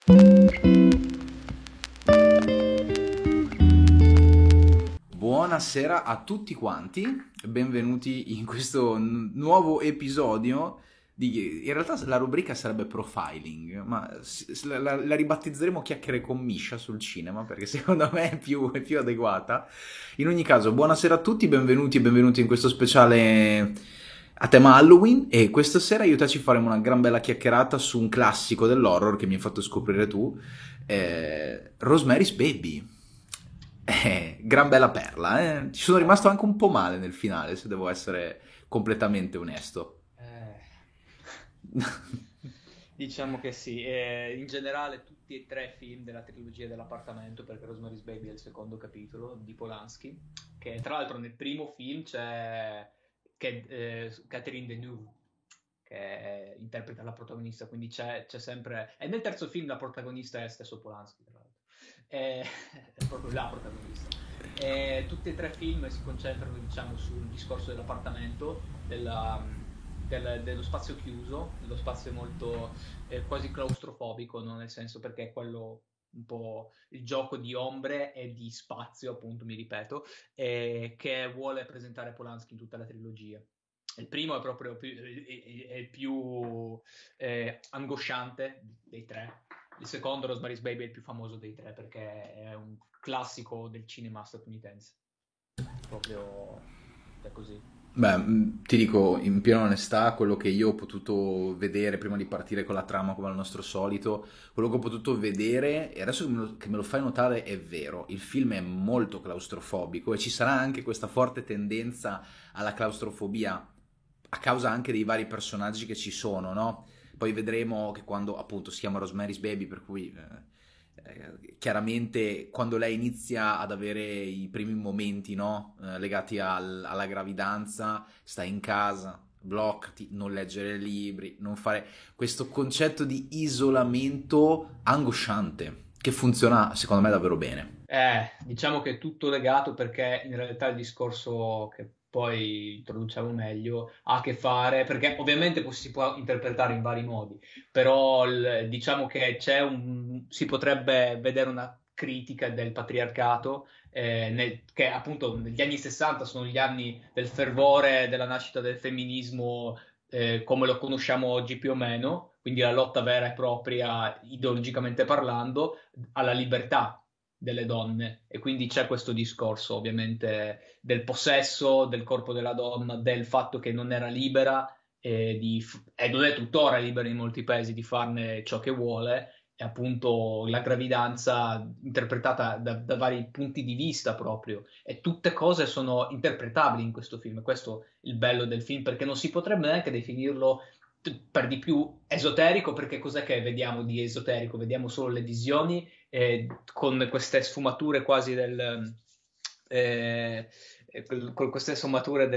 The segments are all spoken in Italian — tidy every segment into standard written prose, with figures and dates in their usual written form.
Buonasera a tutti quanti, benvenuti in questo nuovo episodio in realtà la rubrica sarebbe profiling, ma la ribattezzeremo chiacchiere con Misha sul cinema, perché secondo me è più adeguata. In ogni caso, buonasera a tutti, benvenuti e benvenuti in questo speciale a tema Halloween, e questa sera io e te ci faremo una gran bella chiacchierata su un classico dell'horror che mi hai fatto scoprire tu, Rosemary's Baby. Gran bella perla, eh? Ci sono rimasto anche un po' male nel finale, se devo essere completamente onesto. Eh, diciamo che sì, in generale tutti e tre i film della trilogia dell'appartamento, perché Rosemary's Baby è il secondo capitolo di Polanski, che tra l'altro nel primo film Catherine Deneuve, che interpreta la protagonista, quindi c'è sempre... E nel terzo film la protagonista è stesso Polanski, tra l'altro. È, è proprio la protagonista. E tutti e tre i film si concentrano, diciamo, sul discorso dell'appartamento, dello spazio chiuso, dello spazio molto quasi claustrofobico, no? Nel senso, perché è quello un po' il gioco di ombre e di spazio, appunto, mi ripeto, che vuole presentare Polanski in tutta la trilogia. Il primo è proprio è il più angosciante dei tre. Il secondo, Rosemary's Baby, è il più famoso dei tre perché è un classico del cinema statunitense. Proprio è così. Beh, ti dico in piena onestà, quello che io ho potuto vedere prima di partire con la trama come al nostro solito, quello che ho potuto vedere, e adesso che me lo fai notare è vero, il film è molto claustrofobico e ci sarà anche questa forte tendenza alla claustrofobia a causa anche dei vari personaggi che ci sono, no? Poi vedremo che quando appunto si chiama Rosemary's Baby, per cui chiaramente quando lei inizia ad avere i primi momenti, no? Legati alla gravidanza, stai in casa, bloccati, non leggere libri, non fare questo concetto di isolamento angosciante che funziona secondo me davvero bene. Diciamo che è tutto legato perché in realtà il discorso che poi introduciamo meglio ha a che fare, perché ovviamente si può interpretare in vari modi, però diciamo che si potrebbe vedere una critica del patriarcato, che appunto negli anni 60 sono gli anni del fervore della nascita del femminismo, come lo conosciamo oggi più o meno, quindi la lotta vera e propria, ideologicamente parlando, alla libertà delle donne, e quindi c'è questo discorso ovviamente del possesso del corpo della donna, del fatto che non era libera e non è tuttora libera in molti paesi di farne ciò che vuole, e appunto la gravidanza interpretata da vari punti di vista proprio, e tutte cose sono interpretabili in questo film. Questo è il bello del film, perché non si potrebbe neanche definirlo per di più esoterico, perché cos'è che vediamo di esoterico? Vediamo solo le visioni, con queste sfumature quasi con queste sfumature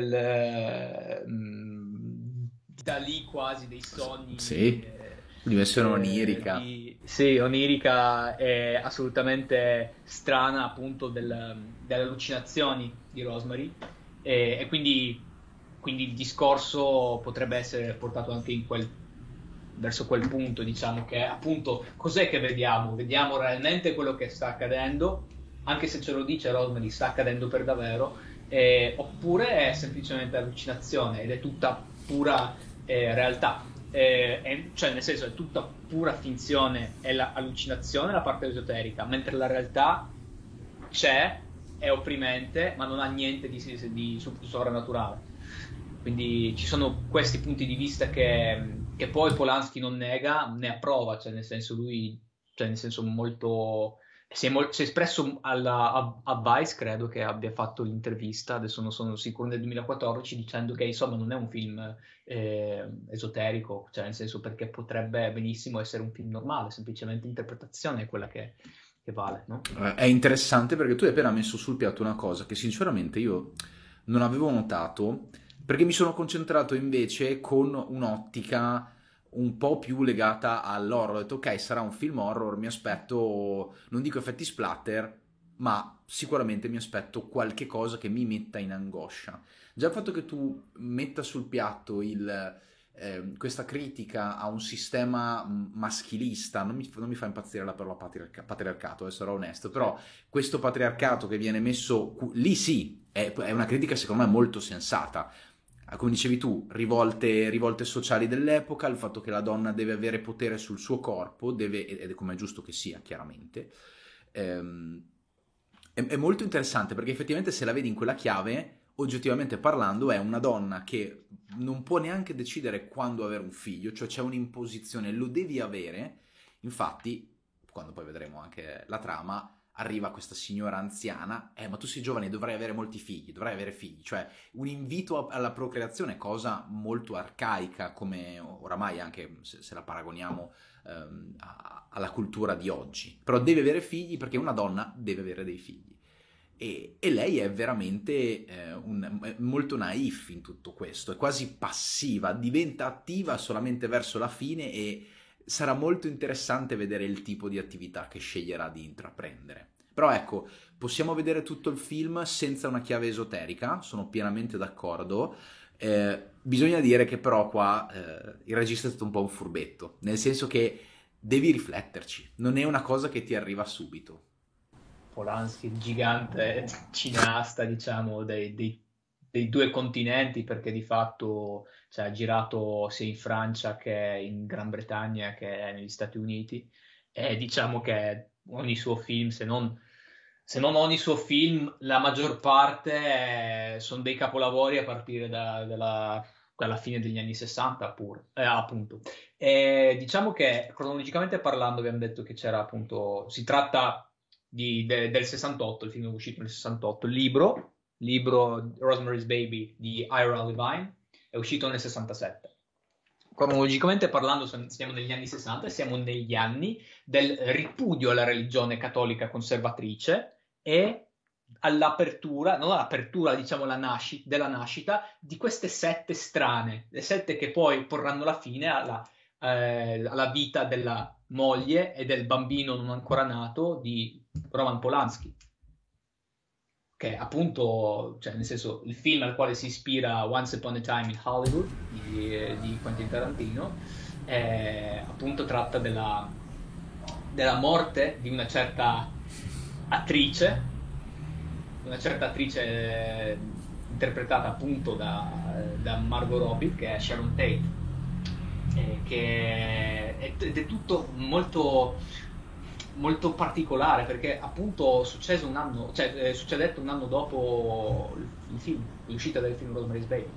da lì quasi dei sogni, Sì, dimensione onirica. sì, onirica, e assolutamente strana, appunto delle allucinazioni di Rosemary, e quindi il discorso potrebbe essere portato anche verso quel punto, diciamo, che appunto cos'è che vediamo? Vediamo realmente quello che sta accadendo, anche se ce lo dice Rosemary, sta accadendo per davvero, oppure è semplicemente allucinazione ed è tutta pura realtà. Cioè, nel senso, è tutta pura finzione, è l'allucinazione, la parte esoterica, mentre la realtà c'è, è opprimente, ma non ha niente di sovrannaturale. Quindi ci sono questi punti di vista che poi Polanski non nega, ne approva, cioè nel senso lui, cioè nel senso molto... Si è espresso a Vice, credo che abbia fatto l'intervista, adesso non sono sicuro, nel 2014, dicendo che insomma non è un film esoterico, cioè nel senso, perché potrebbe benissimo essere un film normale, semplicemente interpretazione è quella che vale, no? È interessante perché tu hai appena messo sul piatto una cosa che sinceramente io non avevo notato, perché mi sono concentrato invece con un'ottica un po' più legata all'horror. Ho detto ok, sarà un film horror, mi aspetto, non dico effetti splatter, ma sicuramente mi aspetto qualche cosa che mi metta in angoscia. Già il fatto che tu metta sul piatto questa critica a un sistema maschilista, non mi fa impazzire la parola patriarcato, sarò onesto, però questo patriarcato che viene messo lì sì, è una critica secondo me molto sensata. Come dicevi tu, rivolte sociali dell'epoca, il fatto che la donna deve avere potere sul suo corpo, ed è come è giusto che sia, chiaramente. È molto interessante perché effettivamente se la vedi in quella chiave, oggettivamente parlando, è una donna che non può neanche decidere quando avere un figlio, cioè c'è un'imposizione, lo devi avere. Infatti, quando poi vedremo anche la trama, arriva questa signora anziana, ma tu sei giovane, dovrai avere molti figli, dovrai avere figli, cioè un invito alla procreazione, cosa molto arcaica, come oramai anche se la paragoniamo alla cultura di oggi. Però deve avere figli perché una donna deve avere dei figli. E lei è veramente molto naif in tutto questo, è quasi passiva, diventa attiva solamente verso la fine e sarà molto interessante vedere il tipo di attività che sceglierà di intraprendere. Però ecco, possiamo vedere tutto il film senza una chiave esoterica, sono pienamente d'accordo. Bisogna dire che però qua il regista è stato un po' un furbetto, nel senso che devi rifletterci, non è una cosa che ti arriva subito. Polanski, il gigante cineasta, diciamo, dei due continenti, perché di fatto cioè, ha girato sia in Francia che in Gran Bretagna che negli Stati Uniti, e diciamo che ogni suo film, se non ogni suo film, la maggior parte sono dei capolavori a partire dalla fine degli anni 60 pure, appunto. E diciamo che cronologicamente parlando abbiamo detto che c'era appunto, si tratta del 68, il film è uscito nel 68, il libro Rosemary's Baby di Ira Levine è uscito nel 67. Cronologicamente parlando siamo negli anni 60 e siamo negli anni del ripudio alla religione cattolica conservatrice e all'apertura, non all'apertura, diciamo della nascita di queste sette strane, le sette che poi porranno la fine alla vita della moglie e del bambino non ancora nato di Roman Polanski, che appunto, cioè nel senso, il film al quale si ispira Once Upon a Time in Hollywood di Quentin Tarantino appunto tratta della morte di una certa attrice interpretata appunto da Margot Robbie, che è Sharon Tate, ed è tutto molto molto particolare perché appunto succedetto un anno dopo il film, l'uscita del film Rosemary's Baby,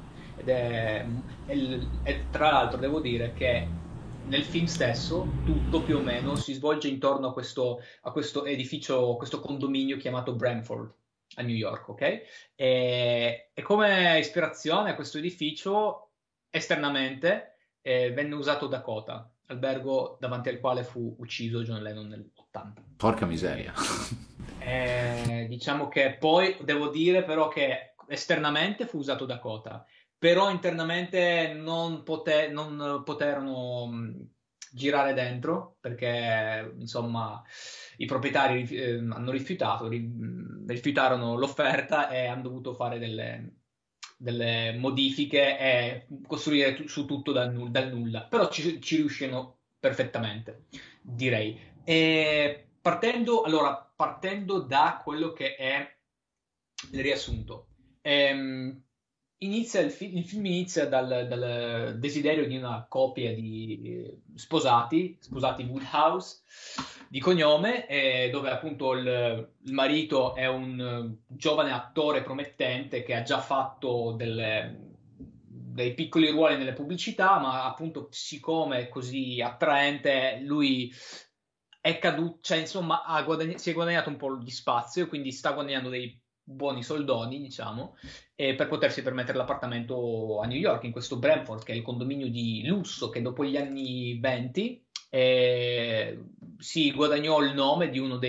e tra l'altro devo dire che nel film stesso tutto più o meno si svolge intorno a questo edificio, questo condominio chiamato Bramford a New York, ok? E come ispirazione a questo edificio esternamente venne usato Dakota, albergo davanti al quale fu ucciso John Lennon nell'80. Porca miseria. Diciamo che poi devo dire però che esternamente fu usato Dakota, però internamente non poterono girare dentro perché insomma i proprietari rifiutarono l'offerta e hanno dovuto fare delle modifiche e costruire su tutto dal nulla, però ci riuscirono perfettamente, direi. E partendo da quello che è il riassunto, il film inizia dal desiderio di una coppia di sposati Woodhouse di cognome, dove appunto il marito è un giovane attore promettente che ha già fatto dei piccoli ruoli nelle pubblicità, ma appunto siccome è così attraente lui è caduto, cioè insomma si è guadagnato un po' di spazio, quindi sta guadagnando dei buoni soldoni, diciamo, per potersi permettere l'appartamento a New York, in questo Bramford, che è il condominio di lusso che dopo gli anni 20 si guadagnò il nome di uno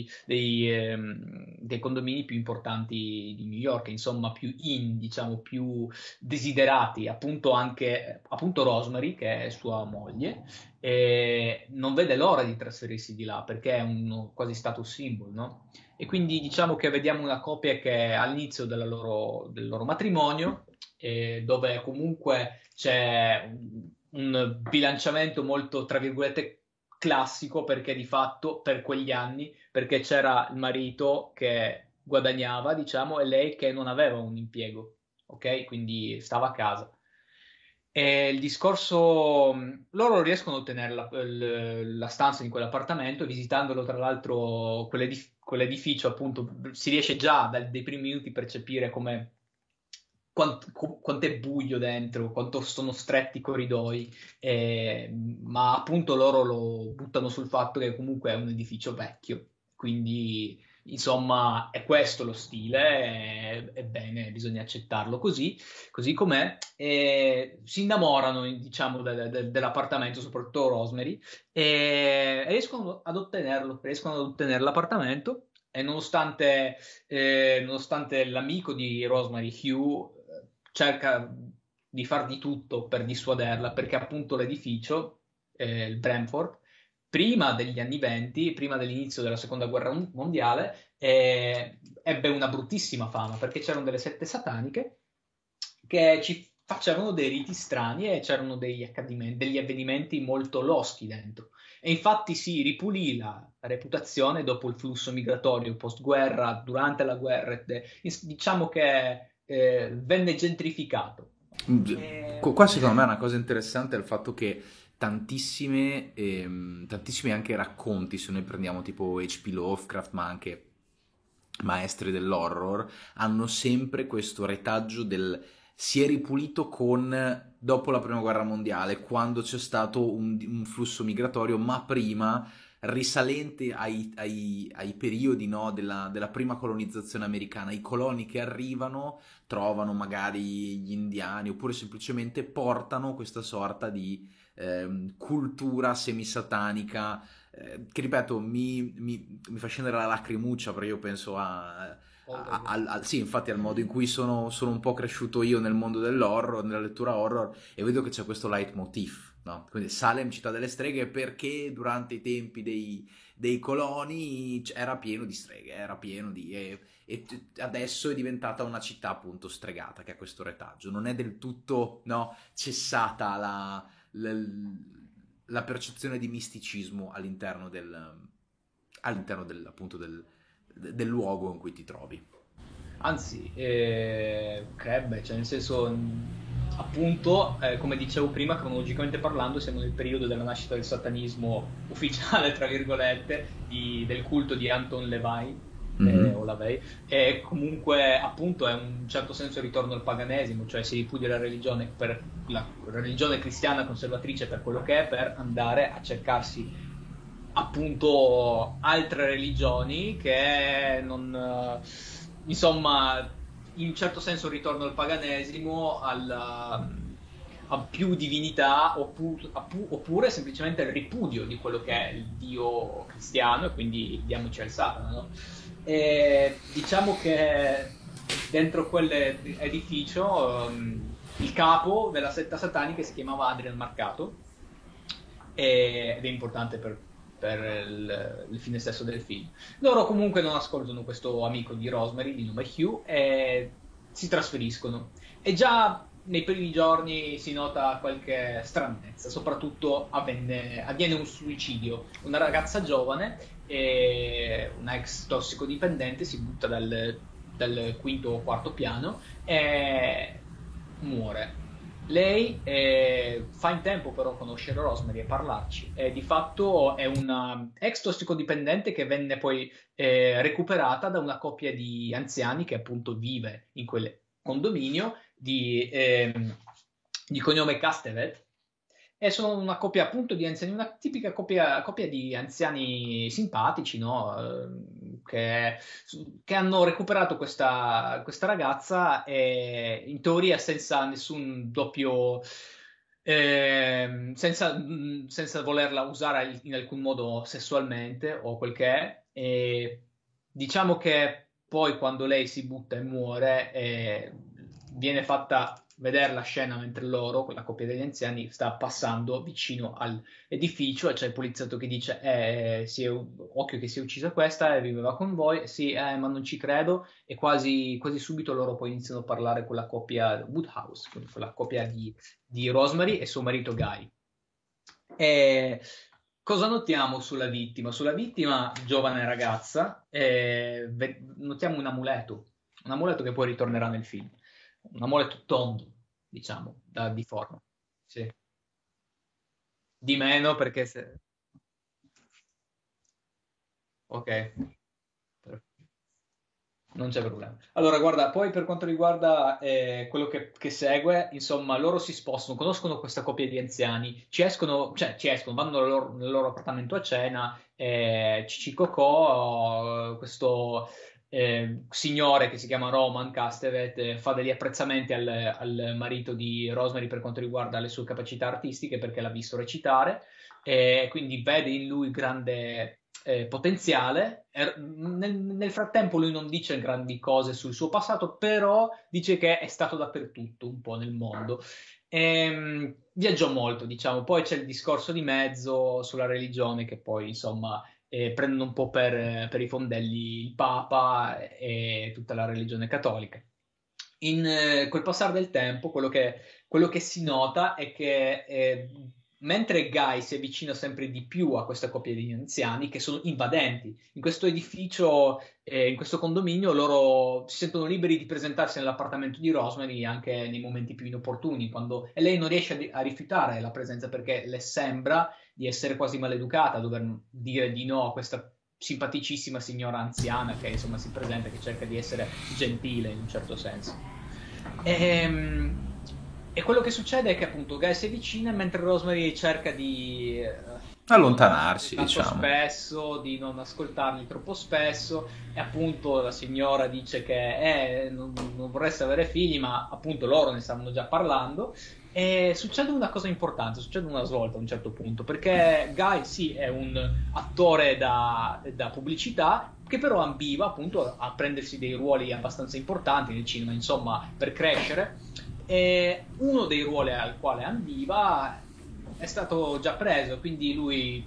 dei condomini più importanti di New York, insomma più diciamo più desiderati, appunto Rosemary, che è sua moglie, e non vede l'ora di trasferirsi di là perché è un quasi status symbol, no? E quindi diciamo che vediamo una coppia che è all'inizio del loro matrimonio, dove comunque c'è un bilanciamento molto, tra virgolette, classico, perché di fatto per quegli anni, perché c'era il marito che guadagnava, diciamo, e lei che non aveva un impiego, ok? Quindi stava a casa. E il discorso, loro riescono a ottenere la stanza in quell'appartamento, visitandolo tra l'altro, quell'edificio appunto, si riesce già dai primi minuti a percepire come quanto è buio dentro, quanto sono stretti i corridoi, ma appunto loro lo buttano sul fatto che comunque è un edificio vecchio, quindi insomma è questo lo stile, è bene, bisogna accettarlo così com'è, e si innamorano diciamo dell'appartamento, soprattutto Rosemary, e riescono ad ottenere l'appartamento. E nonostante l'amico di Rosemary, Hugh, cerca di far di tutto per dissuaderla, perché appunto l'edificio, il Brentford, prima degli anni venti, prima dell'inizio della seconda guerra mondiale, ebbe una bruttissima fama, perché c'erano delle sette sataniche che ci facevano dei riti strani e c'erano degli avvenimenti molto loschi dentro. E infatti si ripulì la reputazione dopo il flusso migratorio post-guerra, durante la guerra, diciamo che venne gentrificato. Qua secondo me è una cosa interessante è il fatto che tantissimi anche racconti, se noi prendiamo tipo H.P. Lovecraft, ma anche maestri dell'horror, hanno sempre questo retaggio del si è ripulito dopo la prima guerra mondiale, quando c'è stato un flusso migratorio, ma prima risalente ai periodi, no, della prima colonizzazione americana. I coloni che arrivano trovano magari gli indiani oppure semplicemente portano questa sorta di cultura semisatanica che ripeto mi fa scendere la lacrimuccia perché io penso sì, infatti al modo in cui sono un po' cresciuto io nel mondo dell'horror, nella lettura horror, e vedo che c'è questo leitmotiv, no? Quindi Salem, città delle streghe, perché durante i tempi dei coloni era pieno di streghe, era pieno di... E adesso è diventata una città appunto stregata, che ha questo retaggio. Non è del tutto, no, cessata la percezione di misticismo all'interno appunto del luogo in cui ti trovi. Anzi, crebbe, cioè nel senso, appunto, come dicevo prima, cronologicamente parlando, siamo nel periodo della nascita del satanismo ufficiale, tra virgolette, del culto di Anton LaVey, o LaVey, e comunque, appunto, è un certo senso il ritorno al paganesimo, cioè si ripudia la religione per la religione cristiana conservatrice per quello che è, per andare a cercarsi appunto altre religioni che non insomma in un certo senso il ritorno al paganesimo a più divinità oppure semplicemente il ripudio di quello che è il dio cristiano e quindi diamoci al Satana, no? E diciamo che dentro quell'edificio il capo della setta satanica si chiamava Adrian Marcato ed è importante per il fine stesso del film. Loro comunque non ascoltano questo amico di Rosemary di nome Hugh e si trasferiscono. E già nei primi giorni si nota qualche stranezza, soprattutto avviene un suicidio. Una ragazza giovane, una ex tossicodipendente, si butta dal quinto o quarto piano e muore. Lei fa in tempo però a conoscere Rosemary e parlarci. Di fatto è una ex tossicodipendente che venne poi recuperata da una coppia di anziani che appunto vive in quel condominio di cognome Castevet. E sono una coppia appunto di anziani, una tipica coppia di anziani simpatici, no? Che hanno recuperato questa ragazza in teoria senza nessun doppio senza volerla usare in alcun modo sessualmente o quel che è. E diciamo che poi quando lei si butta e muore, viene fatta vedere la scena mentre loro, quella coppia degli anziani, sta passando vicino all'edificio e c'è il poliziotto che dice occhio che si è uccisa questa e viveva con voi. Sì, ma non ci credo. E quasi subito loro poi iniziano a parlare con la coppia Woodhouse, con la coppia di Rosemary e suo marito Guy. E cosa notiamo sulla vittima? Sulla vittima, giovane ragazza, notiamo un amuleto che poi ritornerà nel film. Un amuleto tondo, diciamo, di forma. Sì. Di meno perché se... Ok. Non c'è problema. Allora, guarda, poi per quanto riguarda quello che segue, insomma, loro si spostano, conoscono questa coppia di anziani, vanno nel loro appartamento a cena, Cici Cocò, questo signore che si chiama Roman Castevet, fa degli apprezzamenti al marito di Rosemary per quanto riguarda le sue capacità artistiche, perché l'ha visto recitare, e quindi vede in lui grande potenziale. Nel frattempo lui non dice grandi cose sul suo passato, però dice che è stato dappertutto un po' nel mondo. Viaggiò molto, diciamo. Poi c'è il discorso di mezzo sulla religione che poi insomma prendono un po' per i fondelli il Papa e tutta la religione cattolica. Col passare del tempo, quello che si nota è che mentre Guy si avvicina sempre di più a questa coppia di anziani che sono invadenti, in questo edificio, in questo condominio, loro si sentono liberi di presentarsi nell'appartamento di Rosemary anche nei momenti più inopportuni, e lei non riesce a rifiutare la presenza perché le sembra di essere quasi maleducata, a dover dire di no a questa simpaticissima signora anziana che insomma si presenta, che cerca di essere gentile in un certo senso. E quello che succede è che appunto Guy si avvicina mentre Rosemary cerca di allontanarsi, tanto diciamo. spesso, di non ascoltarli troppo spesso, e appunto la signora dice che non vorreste avere figli, ma appunto loro ne stavano già parlando. E succede una cosa importante, succede una svolta a un certo punto, perché Guy sì è un attore da pubblicità, che però ambiva appunto a prendersi dei ruoli abbastanza importanti nel cinema, insomma, per crescere. E uno dei ruoli al quale ambiva è stato già preso, quindi lui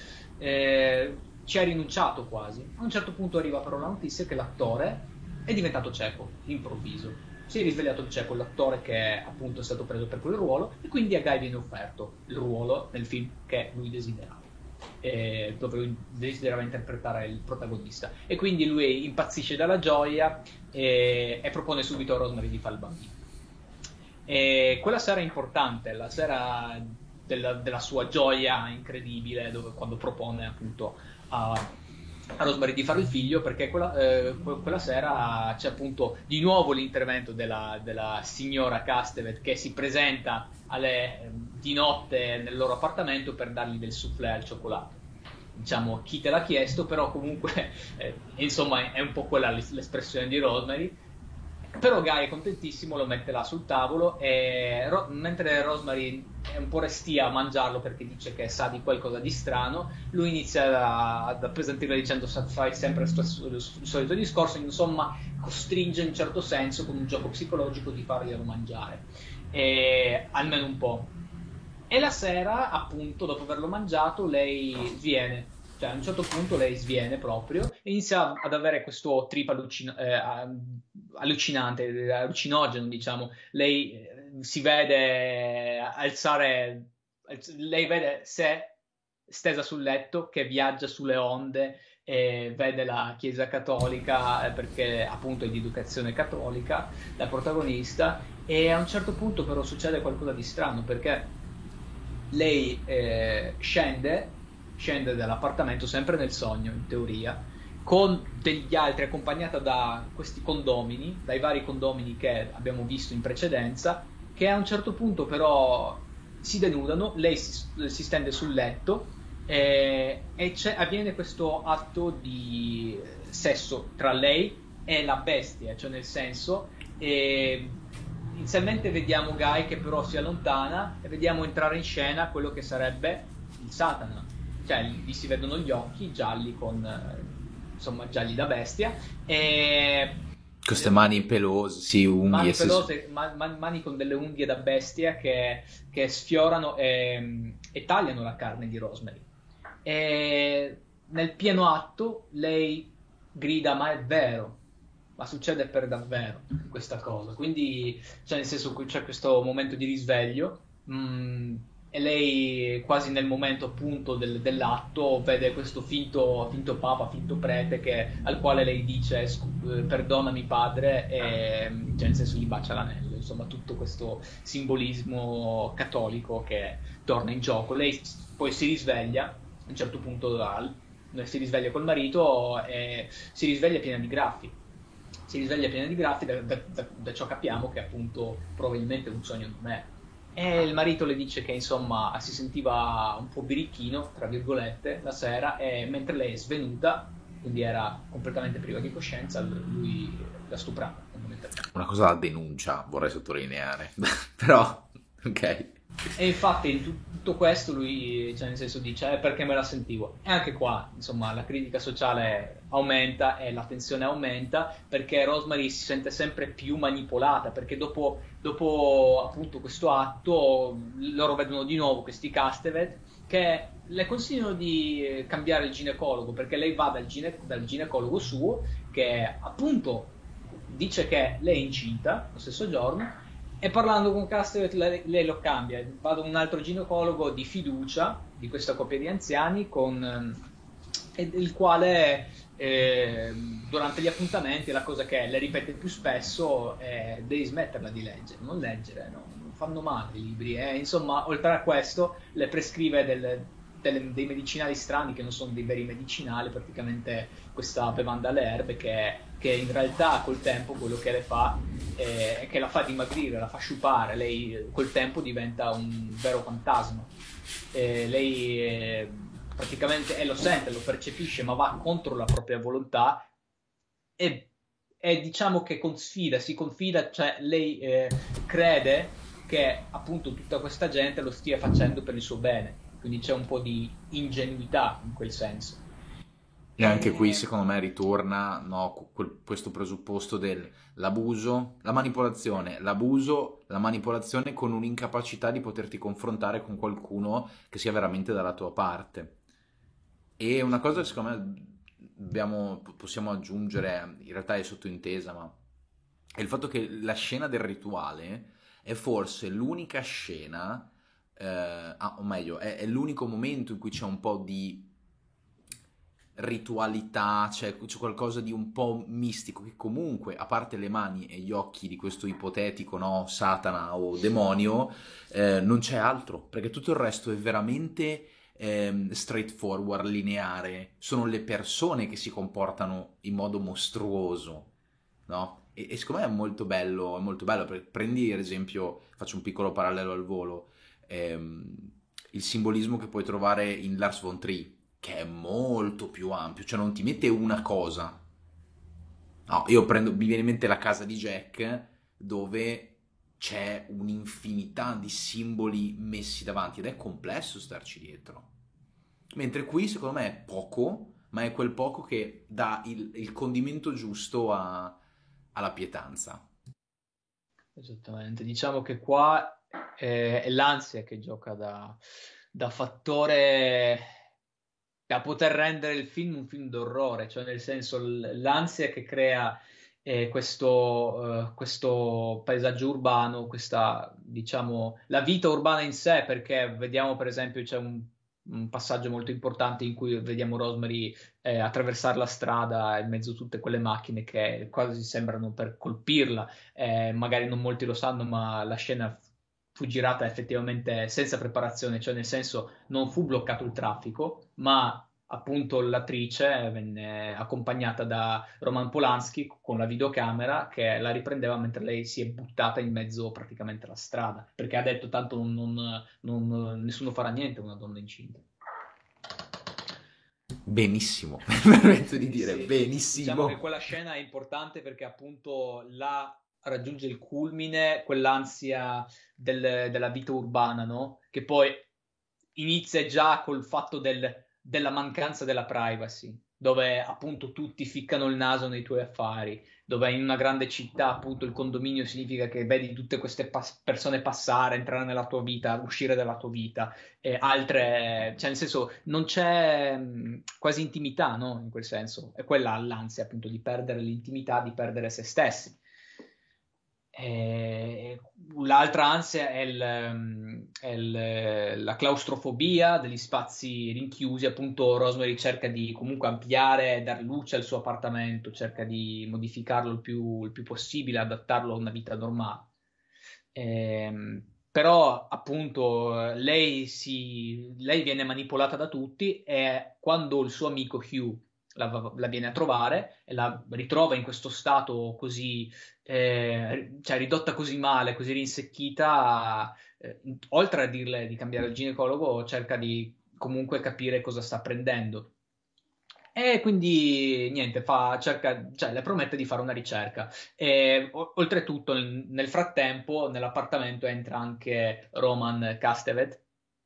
ci ha rinunciato quasi. A un certo punto arriva però la notizia che l'attore è diventato cieco, all'improvviso. Si è risvegliato cieco l'attore che appunto è stato preso per quel ruolo, e quindi a Guy viene offerto il ruolo nel film che lui desiderava, dove lui desiderava interpretare il protagonista. E quindi lui impazzisce dalla gioia e propone subito a Rosemary di fare il bambino. E quella sera è importante, la sera della sua gioia incredibile, quando propone appunto a Rosemary di fare il figlio, perché quella sera c'è appunto di nuovo l'intervento della signora Castevet, che si presenta di notte nel loro appartamento per dargli del soufflé al cioccolato. Diciamo, chi te l'ha chiesto, però comunque insomma è un po' quella l'espressione di Rosemary. Però Guy è contentissimo, lo mette là sul tavolo, e mentre Rosemary è un po' restia a mangiarlo perché dice che sa di qualcosa di strano, lui inizia ad appesantirla dicendo fai sempre il solito discorso, insomma costringe in un certo senso con un gioco psicologico di farglielo mangiare, almeno un po'. E la sera, appunto, dopo averlo mangiato, lei sviene. Cioè, a un certo punto lei sviene proprio e inizia ad avere questo trip allucinante, allucinogeno, diciamo. Lei si vede lei vede sé stesa sul letto che viaggia sulle onde e vede la Chiesa cattolica, perché appunto è di educazione cattolica, la protagonista, e a un certo punto però succede qualcosa di strano, perché lei scende dall'appartamento, sempre nel sogno in teoria, con degli altri, accompagnata da questi condomini, dai vari condomini che abbiamo visto in precedenza, che a un certo punto però si denudano, lei si stende sul letto e avviene questo atto di sesso tra lei e la bestia, cioè nel senso inizialmente vediamo Guy che però si allontana e vediamo entrare in scena quello che sarebbe il Satana, cioè gli si vedono gli occhi gialli con insomma gialli da bestia e Queste mani pelose, sì, unghie. mani pelose, mani con delle unghie da bestia che sfiorano e tagliano la carne di Rosemary. E nel pieno atto lei grida: ma è vero, ma succede per davvero questa cosa. Quindi, cioè, nel senso, c'è questo momento di risveglio. E lei, quasi nel momento appunto dell'atto, vede questo finto papa, finto prete, al quale lei dice: perdonami padre, e cioè, nel senso, gli bacia l'anello. Insomma, tutto questo simbolismo cattolico che torna in gioco. Lei poi si risveglia a un certo punto, si risveglia col marito e si risveglia piena di graffi. Si risveglia piena di graffi da ciò capiamo che appunto probabilmente un sogno non è. E il marito le dice che insomma si sentiva un po' birichino, tra virgolette, la sera, e mentre lei è svenuta, quindi era completamente priva di coscienza, lui la stuprava fondamentalmente. Una cosa da denuncia, vorrei sottolineare. Però, ok. E infatti in tutto questo lui, cioè nel senso, dice perché me la sentivo. E anche qua, insomma, la critica sociale aumenta e la tensione aumenta, perché Rosemary si sente sempre più manipolata, perché dopo appunto questo atto loro vedono di nuovo questi Castevet che le consigliano di cambiare il ginecologo, perché lei va dal ginecologo suo, che appunto dice che lei è incinta lo stesso giorno. E parlando con Castellet lei lo cambia, vado da un altro ginecologo di fiducia di questa coppia di anziani, il quale durante gli appuntamenti la cosa che le ripete più spesso è: devi smetterla di leggere, non leggere, no, non fanno male i libri. E insomma, oltre a questo le prescrive dei medicinali strani che non sono dei veri medicinali, praticamente questa bevanda alle erbe che in realtà col tempo quello che le fa è che la fa dimagrire, la fa sciupare. Lei col tempo diventa un vero fantasma. Lei praticamente lo sente, lo percepisce, ma va contro la propria volontà e diciamo che si confida, cioè lei crede che appunto tutta questa gente lo stia facendo per il suo bene, quindi c'è un po' di ingenuità in quel senso. E anche qui, secondo me, ritorna, no, questo presupposto dell'abuso, la manipolazione, la manipolazione con un'incapacità di poterti confrontare con qualcuno che sia veramente dalla tua parte. E una cosa che secondo me possiamo aggiungere, in realtà è sottointesa, ma è il fatto che la scena del rituale è forse l'unica scena, o meglio, è l'unico momento in cui c'è un po' di ritualità, c'è qualcosa di un po' mistico che comunque, a parte le mani e gli occhi di questo ipotetico, no, Satana o demonio, non c'è altro, perché tutto il resto è veramente straightforward, lineare. Sono le persone che si comportano in modo mostruoso, no? E secondo me è molto bello, perché prendi ad esempio, faccio un piccolo parallelo al volo, il simbolismo che puoi trovare in Lars von Trier, che è molto più ampio, cioè non ti mette una cosa. No, mi viene in mente La casa di Jack, dove c'è un'infinità di simboli messi davanti ed è complesso starci dietro. Mentre qui secondo me è poco, ma è quel poco che dà il condimento giusto alla pietanza. Esattamente, diciamo che qua è l'ansia che gioca da fattore da poter rendere il film un film d'orrore, cioè nel senso l'ansia che crea questo paesaggio urbano, questa, diciamo, la vita urbana in sé, perché vediamo per esempio c'è un passaggio molto importante in cui vediamo Rosemary attraversare la strada in mezzo a tutte quelle macchine che quasi sembrano per colpirla. Magari non molti lo sanno, ma la scena fu girata effettivamente senza preparazione, cioè nel senso non fu bloccato il traffico, ma appunto l'attrice venne accompagnata da Roman Polanski con la videocamera che la riprendeva mentre lei si è buttata in mezzo praticamente alla strada, perché ha detto tanto nessuno farà niente a una donna incinta. Benissimo, mi permetto di dire Sì, diciamo che benissimo. quella scena è importante perché appunto là raggiunge il culmine quell'ansia della vita urbana, no? Che poi inizia già col fatto della mancanza della privacy, dove appunto tutti ficcano il naso nei tuoi affari, dove in una grande città appunto il condominio significa che vedi tutte queste persone passare, entrare nella tua vita, uscire dalla tua vita, e altre, cioè nel senso non c'è quasi intimità, no? In quel senso, è quella l'ansia appunto di perdere l'intimità, di perdere se stessi. L'altra ansia la claustrofobia degli spazi rinchiusi. Appunto, Rosemary cerca di comunque ampliare, dar luce al suo appartamento, cerca di modificarlo il più possibile, adattarlo a una vita normale. Però, appunto, lei viene manipolata da tutti e quando il suo amico Hugh la viene a trovare e la ritrova in questo stato così cioè ridotta così male, così rinsecchita, oltre a dirle di cambiare il ginecologo, cerca di comunque capire cosa sta prendendo. E quindi niente, cioè, le promette di fare una ricerca. E, oltretutto, nel frattempo, nell'appartamento entra anche Roman Castevet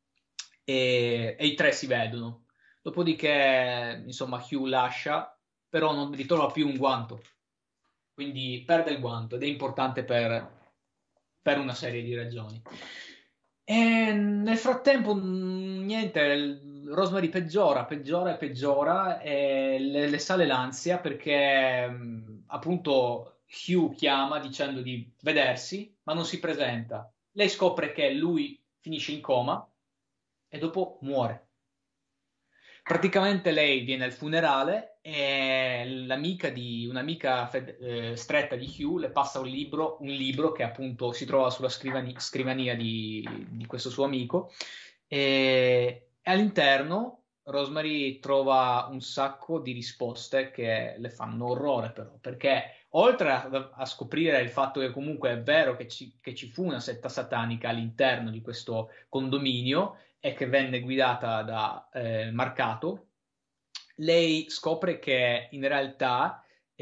e i tre si vedono. Dopodiché, insomma, Hugh lascia, però non ritrova più un guanto. Quindi perde il guanto ed è importante per una serie di ragioni. E nel frattempo, niente, Rosemary peggiora e peggiora e le sale l'ansia perché appunto Hugh chiama dicendo di vedersi, ma non si presenta. Lei scopre che lui finisce in coma e dopo muore. Praticamente lei viene al funerale e un'amica stretta di Hugh le passa un libro che appunto si trova sulla scrivania di questo suo amico e all'interno Rosemary trova un sacco di risposte che le fanno orrore però, perché oltre a scoprire il fatto che comunque è vero che ci fu una setta satanica all'interno di questo condominio, e che venne guidata da Marcato, lei scopre che in realtà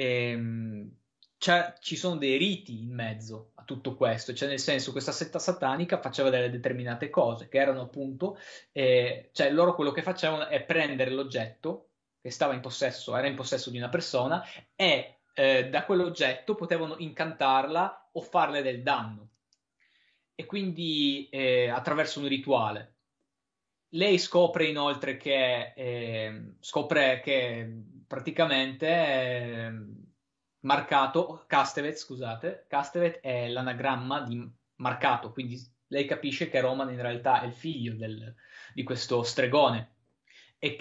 ci sono dei riti in mezzo a tutto questo, cioè nel senso questa setta satanica faceva delle determinate cose che erano appunto, cioè loro quello che facevano è prendere l'oggetto che era in possesso di una persona e da quell'oggetto potevano incantarla o farle del danno e quindi attraverso un rituale. Lei scopre che praticamente Castevet, scusate, Castevet è l'anagramma di marcato, quindi lei capisce che Roman in realtà è il figlio di questo stregone e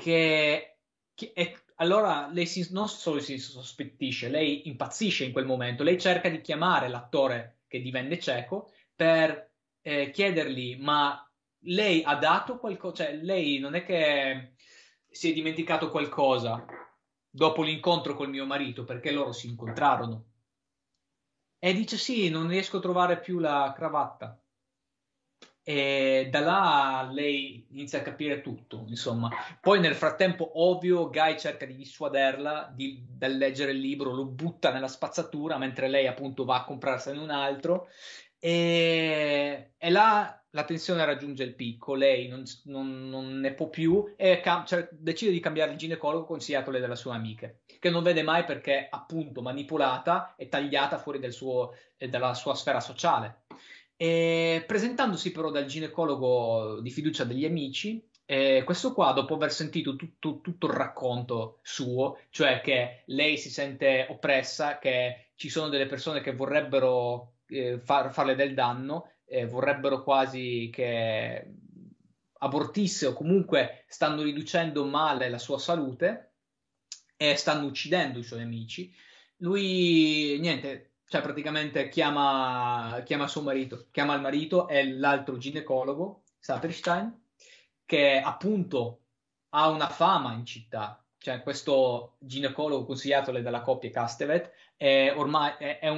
allora lei non solo si sospettisce, lei impazzisce in quel momento, lei cerca di chiamare l'attore che divenne cieco per chiedergli ma lei ha dato qualcosa, cioè lei non è che si è dimenticato qualcosa dopo l'incontro col mio marito, perché loro si incontrarono. E dice sì, non riesco a trovare più la cravatta. E da là lei inizia a capire tutto, insomma. Poi nel frattempo, ovvio, Guy cerca di dissuaderla dal leggere il libro, lo butta nella spazzatura mentre lei appunto va a comprarsene un altro e là la tensione raggiunge il picco, lei non ne può più e cioè, decide di cambiare il ginecologo consigliatole dalla sua amica, che non vede mai perché appunto manipolata e tagliata fuori dalla sua sfera sociale. E presentandosi però dal ginecologo di fiducia degli amici, questo qua, dopo aver sentito tutto il racconto suo, cioè che lei si sente oppressa, che ci sono delle persone che vorrebbero farle del danno, vorrebbero quasi che abortisse o comunque stanno riducendo male la sua salute e stanno uccidendo i suoi amici. Lui, niente, cioè praticamente chiama suo marito, chiama il marito e l'altro ginecologo, Saperstein, che appunto ha una fama in città. Cioè, questo ginecologo consigliatole dalla coppia Castevet ormai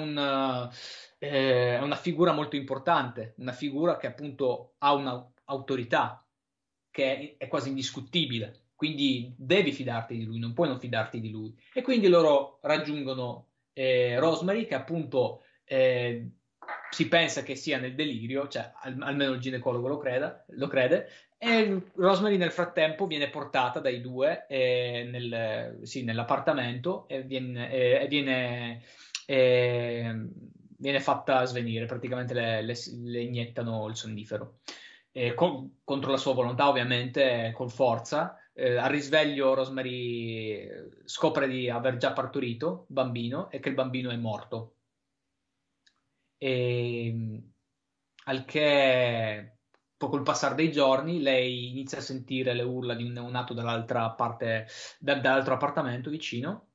è una figura molto importante, una figura che appunto ha un'autorità che è quasi indiscutibile. Quindi devi fidarti di lui, non puoi non fidarti di lui. E quindi loro raggiungono Rosemary, che appunto eh, si pensa che sia nel delirio, cioè almeno il ginecologo lo crede, e Rosemary nel frattempo viene portata dai due nell'appartamento viene fatta svenire, praticamente le iniettano il sonnifero. Contro la sua volontà, ovviamente, con forza. Al risveglio Rosemary scopre di aver già partorito il bambino e che il bambino è morto. E, al che, col passare dei giorni, lei inizia a sentire le urla di un neonato dall'altra parte, dall'altro appartamento vicino.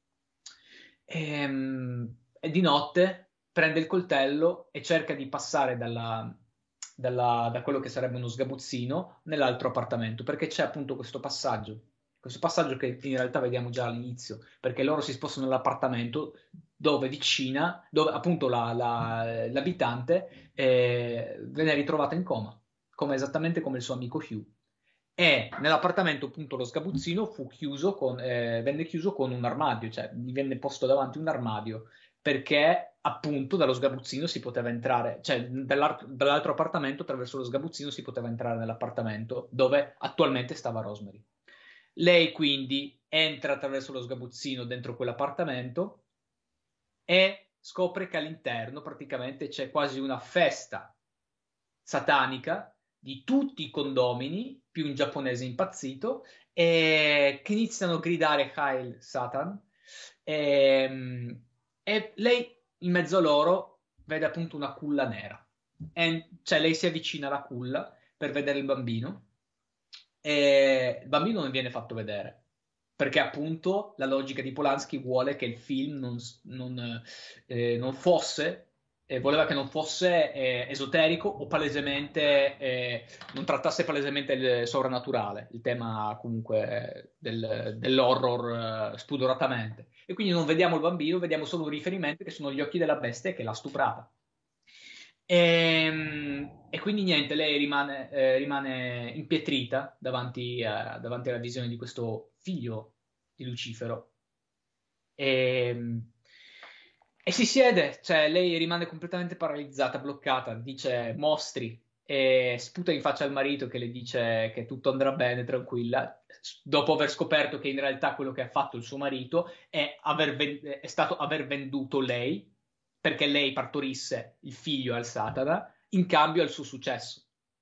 E di notte prende il coltello e cerca di passare da quello che sarebbe uno sgabuzzino nell'altro appartamento, perché c'è appunto questo passaggio che in realtà vediamo già all'inizio, perché loro si spostano nell'appartamento dove appunto l'abitante viene ritrovata in coma, esattamente come il suo amico Hugh. E nell'appartamento appunto lo sgabuzzino venne chiuso con un armadio, cioè gli venne posto davanti un armadio, perché appunto dallo sgabuzzino si poteva entrare, cioè dall'altro appartamento attraverso lo sgabuzzino si poteva entrare nell'appartamento dove attualmente stava Rosemary. Lei quindi entra attraverso lo sgabuzzino dentro quell'appartamento e scopre che all'interno praticamente c'è quasi una festa satanica di tutti i condomini, più un giapponese impazzito, che iniziano a gridare Hail Satan. E lei in mezzo a loro vede appunto una culla nera. Cioè lei si avvicina alla culla per vedere il bambino e il bambino non viene fatto vedere perché appunto la logica di Polanski vuole che il film non fosse voleva che non fosse esoterico o palesemente non trattasse palesemente il sovrannaturale, il tema comunque dell'horror spudoratamente. E quindi non vediamo il bambino, vediamo solo un riferimento che sono gli occhi della bestia che l'ha stuprata. E quindi niente, lei rimane impietrita davanti alla visione di questo figlio di Lucifero. E, e si siede, cioè lei rimane completamente paralizzata, bloccata, dice mostri e sputa in faccia al marito che le dice che tutto andrà bene, tranquilla, dopo aver scoperto che in realtà quello che ha fatto il suo marito è stato aver venduto lei perché lei partorisse il figlio al Satana in cambio al suo successo.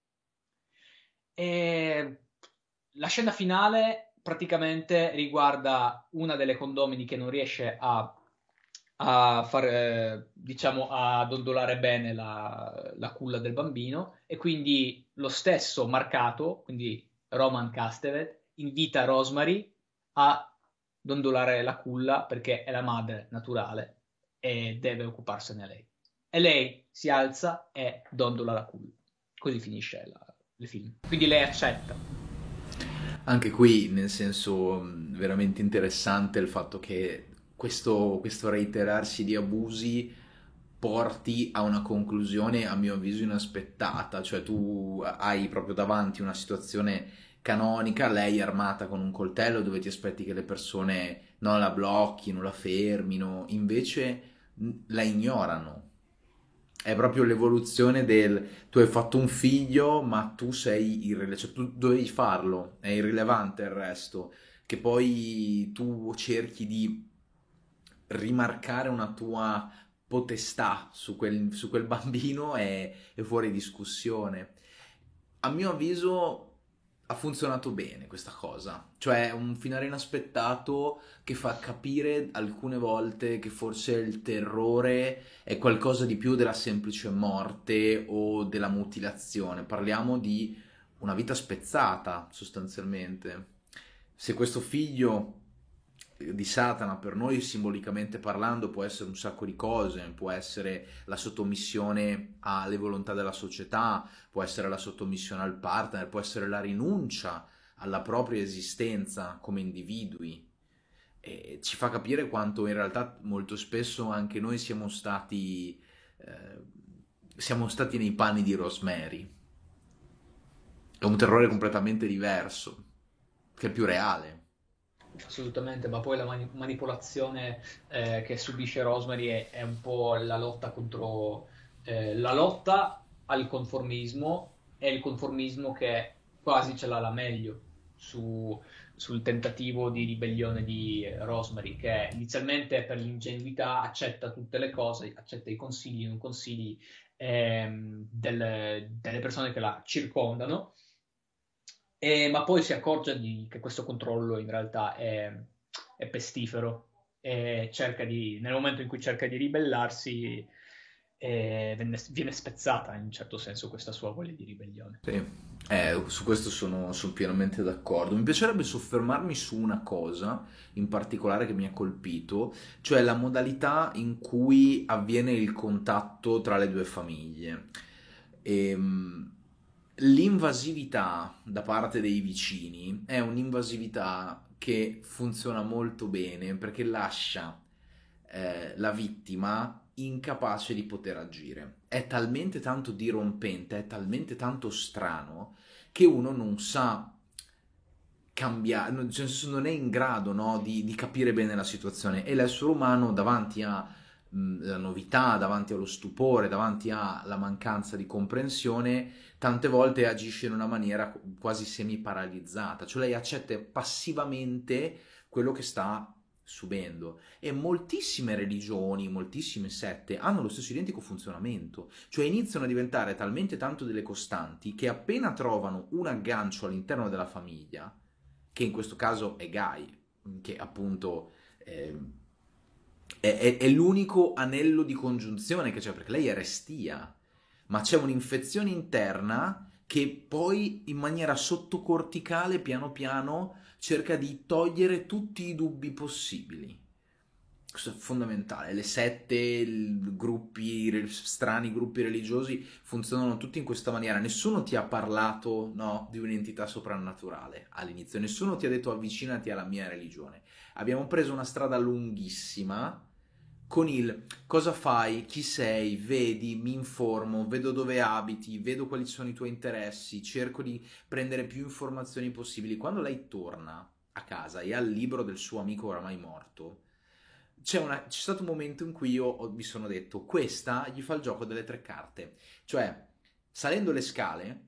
E la scena finale praticamente riguarda una delle condomini che non riesce a far, diciamo, a dondolare bene la culla del bambino e quindi lo stesso Marcato, quindi Roman Castevet, invita Rosemary a dondolare la culla perché è la madre naturale e deve occuparsene lei. E lei si alza e dondola la culla. Così finisce il film. Quindi lei accetta. Anche qui, nel senso, veramente interessante il fatto che questo reiterarsi di abusi porti a una conclusione, a mio avviso, inaspettata. Cioè tu hai proprio davanti una situazione canonica, lei armata con un coltello dove ti aspetti che le persone non la blocchino, la fermino, invece la ignorano. È proprio l'evoluzione del tu hai fatto un figlio, ma tu sei irrilevante, cioè tu dovevi farlo, è irrilevante il resto, che poi tu cerchi di rimarcare una tua potestà su quel bambino è fuori discussione. A mio avviso ha funzionato bene questa cosa, cioè un finale inaspettato che fa capire alcune volte che forse il terrore è qualcosa di più della semplice morte o della mutilazione. Parliamo di una vita spezzata, sostanzialmente. Se questo figlio di Satana per noi simbolicamente parlando può essere un sacco di cose, può essere la sottomissione alle volontà della società, può essere la sottomissione al partner, può essere la rinuncia alla propria esistenza come individui. E ci fa capire quanto in realtà molto spesso anche noi siamo stati nei panni di Rosemary. È un terrore completamente diverso, che è più reale. Assolutamente, ma poi la manipolazione che subisce Rosemary è un po' la lotta contro la lotta al conformismo, e il conformismo che quasi ce l'ha la meglio sul tentativo di ribellione di Rosemary, che inizialmente per l'ingenuità accetta tutte le cose, accetta i consigli e non consigli delle persone che la circondano, ma poi si accorge che questo controllo in realtà è pestifero, e nel momento in cui cerca di ribellarsi, viene spezzata in un certo senso questa sua voglia di ribellione. Sì, su questo sono pienamente d'accordo. Mi piacerebbe soffermarmi su una cosa in particolare che mi ha colpito, cioè la modalità in cui avviene il contatto tra le due famiglie. L'invasività da parte dei vicini è un'invasività che funziona molto bene perché lascia la vittima incapace di poter agire. È talmente tanto dirompente, è talmente tanto strano che uno non sa cambiare, nel senso non è in grado, no, di capire bene la situazione, e l'essere umano davanti alla novità, davanti allo stupore, davanti alla mancanza di comprensione, tante volte agisce in una maniera quasi semi-paralizzata, cioè lei accetta passivamente quello che sta subendo, e moltissime religioni, moltissime sette hanno lo stesso identico funzionamento, cioè iniziano a diventare talmente tanto delle costanti che appena trovano un aggancio all'interno della famiglia, che in questo caso è Guy, che appunto è l'unico anello di congiunzione che c'è, perché lei è restia, ma c'è un'infezione interna che poi in maniera sottocorticale piano piano cerca di togliere tutti i dubbi possibili. Questo è fondamentale. Le sette, strani gruppi religiosi funzionano tutti in questa maniera. Nessuno ti ha parlato, no, di un'entità soprannaturale all'inizio, nessuno ti ha detto avvicinati alla mia religione. Abbiamo preso una strada lunghissima con il cosa fai, chi sei, vedi, mi informo, vedo dove abiti, vedo quali sono i tuoi interessi, cerco di prendere più informazioni possibili. Quando lei torna a casa e ha il libro del suo amico oramai morto, c'è stato un momento in cui mi sono detto, questa gli fa il gioco delle tre carte, cioè salendo le scale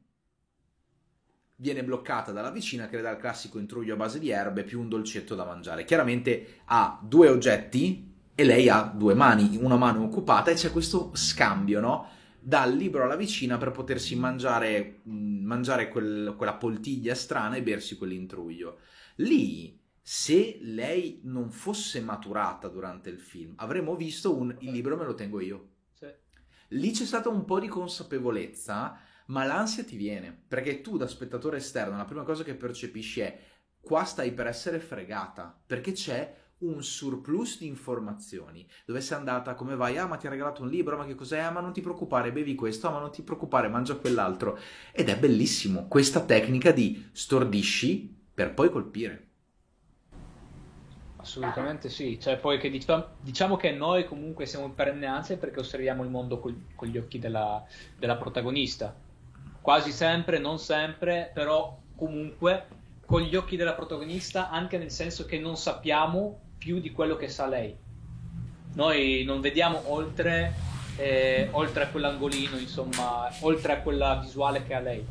viene bloccata dalla vicina che le dà il classico intruglio a base di erbe più un dolcetto da mangiare. Chiaramente ha due oggetti e lei ha due mani, una mano occupata, e c'è questo scambio, no? Dà il libro alla vicina per potersi mangiare quella poltiglia strana e bersi quell'intruglio. Lì, se lei non fosse maturata durante il film, avremmo visto il libro me lo tengo io. Sì. Lì c'è stata un po' di consapevolezza, ma l'ansia ti viene, perché tu da spettatore esterno la prima cosa che percepisci è qua stai per essere fregata, perché c'è un surplus di informazioni. Dove sei andata, come vai, ma ti ha regalato un libro, ma che cos'è, ma non ti preoccupare, bevi questo, ma non ti preoccupare, mangia quell'altro. Ed è bellissimo questa tecnica di stordisci per poi colpire. Assolutamente sì, cioè poi che diciamo che noi comunque siamo in perenne ansia perché osserviamo il mondo con gli occhi della protagonista, quasi sempre, non sempre, però comunque con gli occhi della protagonista, anche nel senso che non sappiamo più di quello che sa lei. Noi non vediamo oltre a quell'angolino, insomma, oltre a quella visuale che ha lei.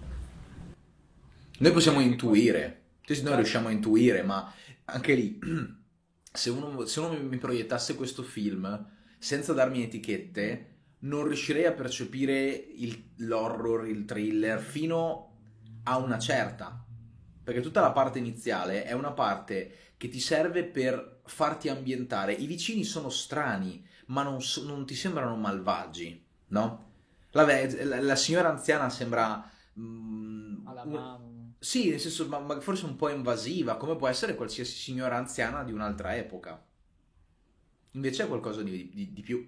Noi possiamo intuire, noi Esatto. riusciamo a intuire, ma anche lì, se uno mi proiettasse questo film senza darmi etichette, non riuscirei a percepire l'horror, il thriller, fino a una certa. Perché tutta la parte iniziale è una parte che ti serve per farti ambientare. I vicini sono strani, ma non ti sembrano malvagi, no? La signora anziana sembra Alla mano. sì, nel senso, ma forse un po' invasiva, come può essere qualsiasi signora anziana di un'altra epoca. Invece è qualcosa di più.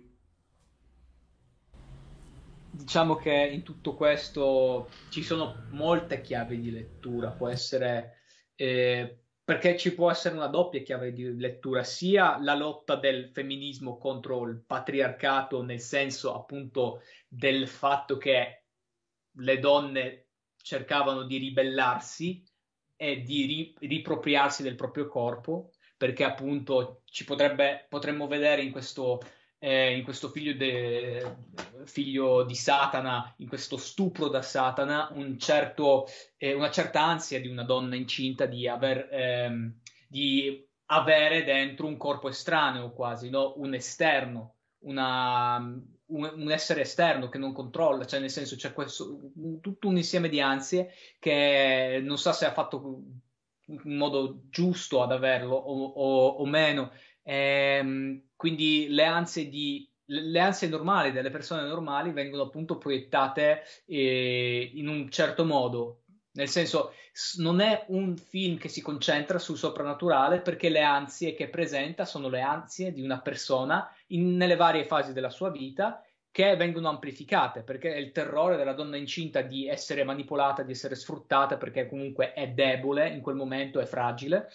Diciamo che in tutto questo ci sono molte chiavi di lettura, può essere, perché ci può essere una doppia chiave di lettura, sia la lotta del femminismo contro il patriarcato, nel senso appunto del fatto che le donne cercavano di ribellarsi è di ripropriarsi del proprio corpo, perché appunto potremmo vedere in questo figlio di Satana, in questo stupro da Satana, una certa ansia di una donna incinta di avere dentro un corpo estraneo quasi, no? Un esterno, un essere esterno che non controlla, cioè nel senso c'è tutto un insieme di ansie che non sa se ha fatto in modo giusto ad averlo o meno. Quindi le ansie normali delle persone normali vengono appunto proiettate in un certo modo. Nel senso, non è un film che si concentra sul soprannaturale, perché le ansie che presenta sono le ansie di una persona nelle varie fasi della sua vita, che vengono amplificate, perché è il terrore della donna incinta di essere manipolata, di essere sfruttata, perché comunque è debole in quel momento, è fragile,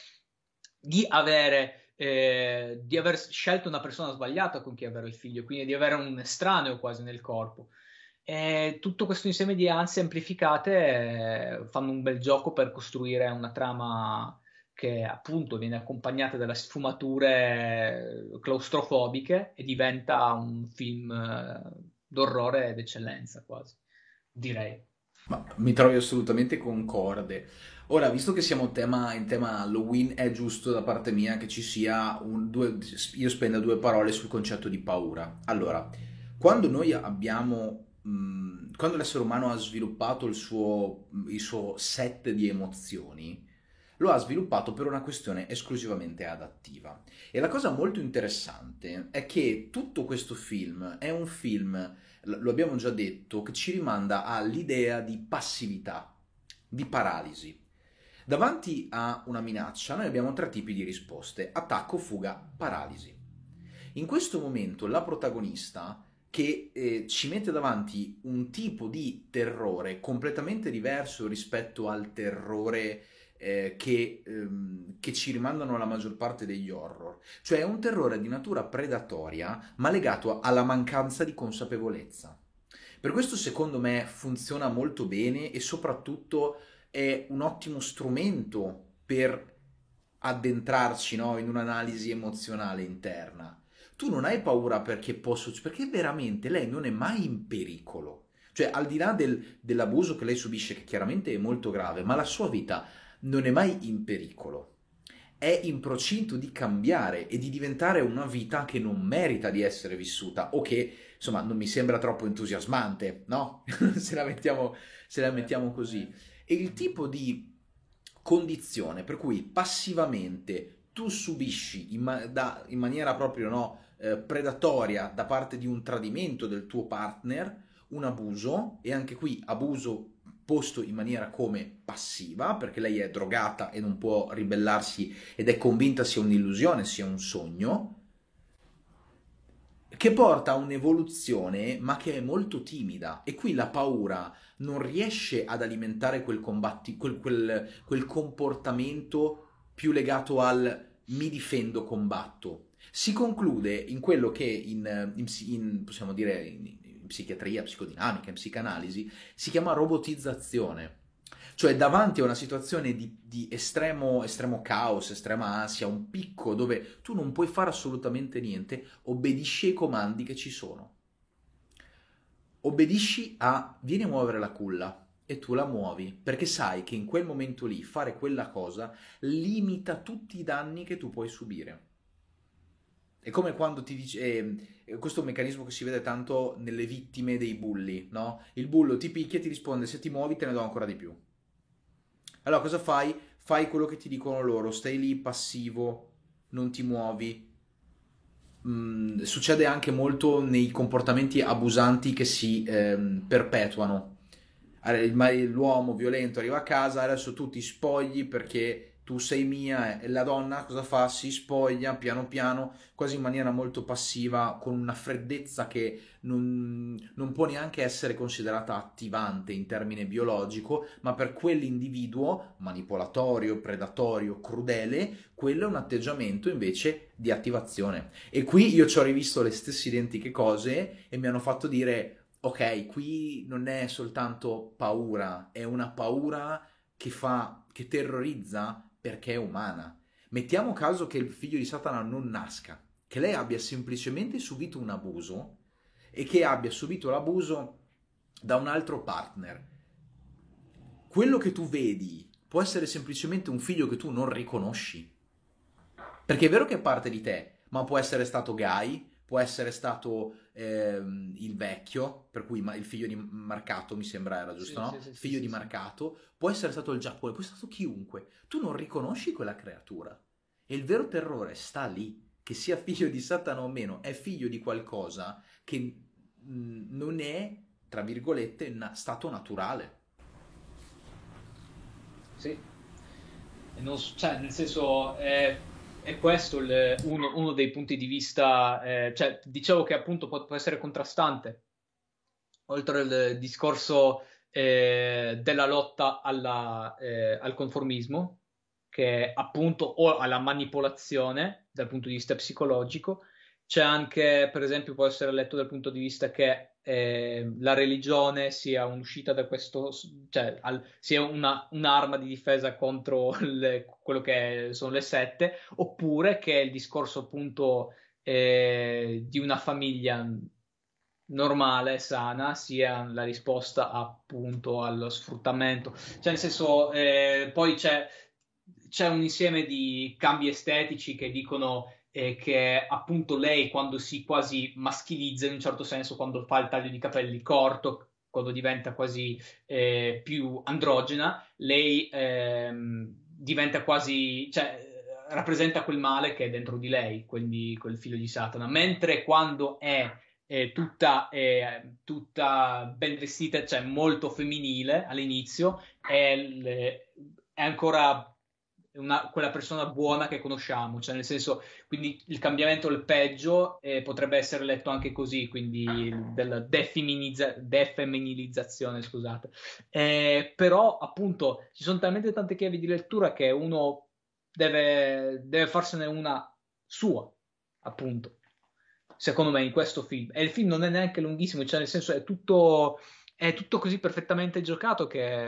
di aver scelto una persona sbagliata con chi avere il figlio, quindi di avere un estraneo quasi nel corpo. E tutto questo insieme di ansie amplificate fanno un bel gioco per costruire una trama che appunto viene accompagnata dalle sfumature claustrofobiche e diventa un film d'orrore d'eccellenza quasi, direi. Ma mi trovi assolutamente concorde. Ora, visto che siamo in tema Halloween, è giusto da parte mia che ci sia io spenda due parole sul concetto di paura. Allora, quando noi abbiamo, quando l'essere umano ha sviluppato il suo set di emozioni, lo ha sviluppato per una questione esclusivamente adattiva. E la cosa molto interessante è che tutto questo film è un film, lo abbiamo già detto, che ci rimanda all'idea di passività, di paralisi. Davanti a una minaccia noi abbiamo tre tipi di risposte: attacco, fuga, paralisi. In questo momento la protagonista, che ci mette davanti un tipo di terrore completamente diverso rispetto al terrore che ci rimandano la maggior parte degli horror, cioè è un terrore di natura predatoria ma legato alla mancanza di consapevolezza. Per questo secondo me funziona molto bene e soprattutto è un ottimo strumento per addentrarci, no, in un'analisi emozionale interna. Tu non hai paura perché veramente lei non è mai in pericolo. Cioè, al di là dell'abuso che lei subisce, che chiaramente è molto grave, ma la sua vita non è mai in pericolo. È in procinto di cambiare e di diventare una vita che non merita di essere vissuta o che, insomma, non mi sembra troppo entusiasmante, no? se la mettiamo così. E il tipo di condizione per cui passivamente tu subisci in maniera proprio no, predatoria da parte di un tradimento del tuo partner, un abuso, e anche qui abuso posto in maniera come passiva, perché lei è drogata e non può ribellarsi ed è convinta sia un'illusione, sia un sogno, che porta a un'evoluzione ma che è molto timida, e qui la paura non riesce ad alimentare quel comportamento più legato al mi difendo, combatto. Si conclude in quello che possiamo dire in psichiatria, psicodinamica, in psicanalisi si chiama robotizzazione. Cioè davanti a una situazione di estremo caos, estrema ansia, un picco dove tu non puoi fare assolutamente niente, obbedisci ai comandi che ci sono. Obbedisci vieni a muovere la culla e tu la muovi, perché sai che in quel momento lì fare quella cosa limita tutti i danni che tu puoi subire. È come quando ti dice, questo è un meccanismo che si vede tanto nelle vittime dei bulli, no? Il bullo ti picchia e ti risponde: se ti muovi te ne do ancora di più. Allora cosa fai? Fai quello che ti dicono loro, stai lì passivo, non ti muovi. Succede anche molto nei comportamenti abusanti che si perpetuano. L'uomo violento arriva a casa, adesso tu ti spogli perché tu sei mia, e la donna cosa fa? Si spoglia piano piano, quasi in maniera molto passiva, con una freddezza che non può neanche essere considerata attivante in termine biologico, ma per quell'individuo manipolatorio, predatorio, crudele, quello è un atteggiamento invece di attivazione. E qui io ci ho rivisto le stesse identiche cose e mi hanno fatto dire: ok, qui non è soltanto paura, è una paura che fa che terrorizza perché è umana. Mettiamo caso che il figlio di Satana non nasca, che lei abbia semplicemente subito un abuso e che abbia subito l'abuso da un altro partner. Quello che tu vedi può essere semplicemente un figlio che tu non riconosci. Perché è vero che è parte di te, ma può essere stato Guy, può essere stato il vecchio, per cui il figlio di Marcato, mi sembra era giusto, Sì, no? sì, sì, sì, Figlio sì, di sì. Marcato, può essere stato il Giappone, può essere stato chiunque. Tu non riconosci quella creatura. E il vero terrore sta lì, che sia figlio di Satana o meno, è figlio di qualcosa che non è, tra virgolette, stato naturale. Sì. E cioè, nel senso, è questo uno dei punti di vista, cioè, dicevo che appunto può essere contrastante, oltre al discorso della lotta al conformismo, che appunto, o alla manipolazione dal punto di vista psicologico. C'è anche, per esempio, può essere letto dal punto di vista che la religione sia un'uscita da questo, cioè sia un'arma di difesa contro quello che sono le sette, oppure che il discorso appunto di una famiglia normale, sana, sia la risposta appunto allo sfruttamento. Cioè, nel senso, poi c'è un insieme di cambi estetici che dicono che appunto lei quando si quasi maschilizza in un certo senso, quando fa il taglio di capelli corto, quando diventa quasi più androgena, lei diventa quasi, cioè rappresenta quel male che è dentro di lei, quindi quel figlio di Satana, mentre quando è tutta ben vestita, cioè molto femminile all'inizio, è ancora quella persona buona che conosciamo, cioè nel senso, quindi il cambiamento al peggio potrebbe essere letto anche così, quindi della defemminilizzazione, scusate. Però appunto ci sono talmente tante chiavi di lettura che uno deve farsene una sua, appunto. Secondo me in questo film, e il film non è neanche lunghissimo, cioè nel senso è tutto così perfettamente giocato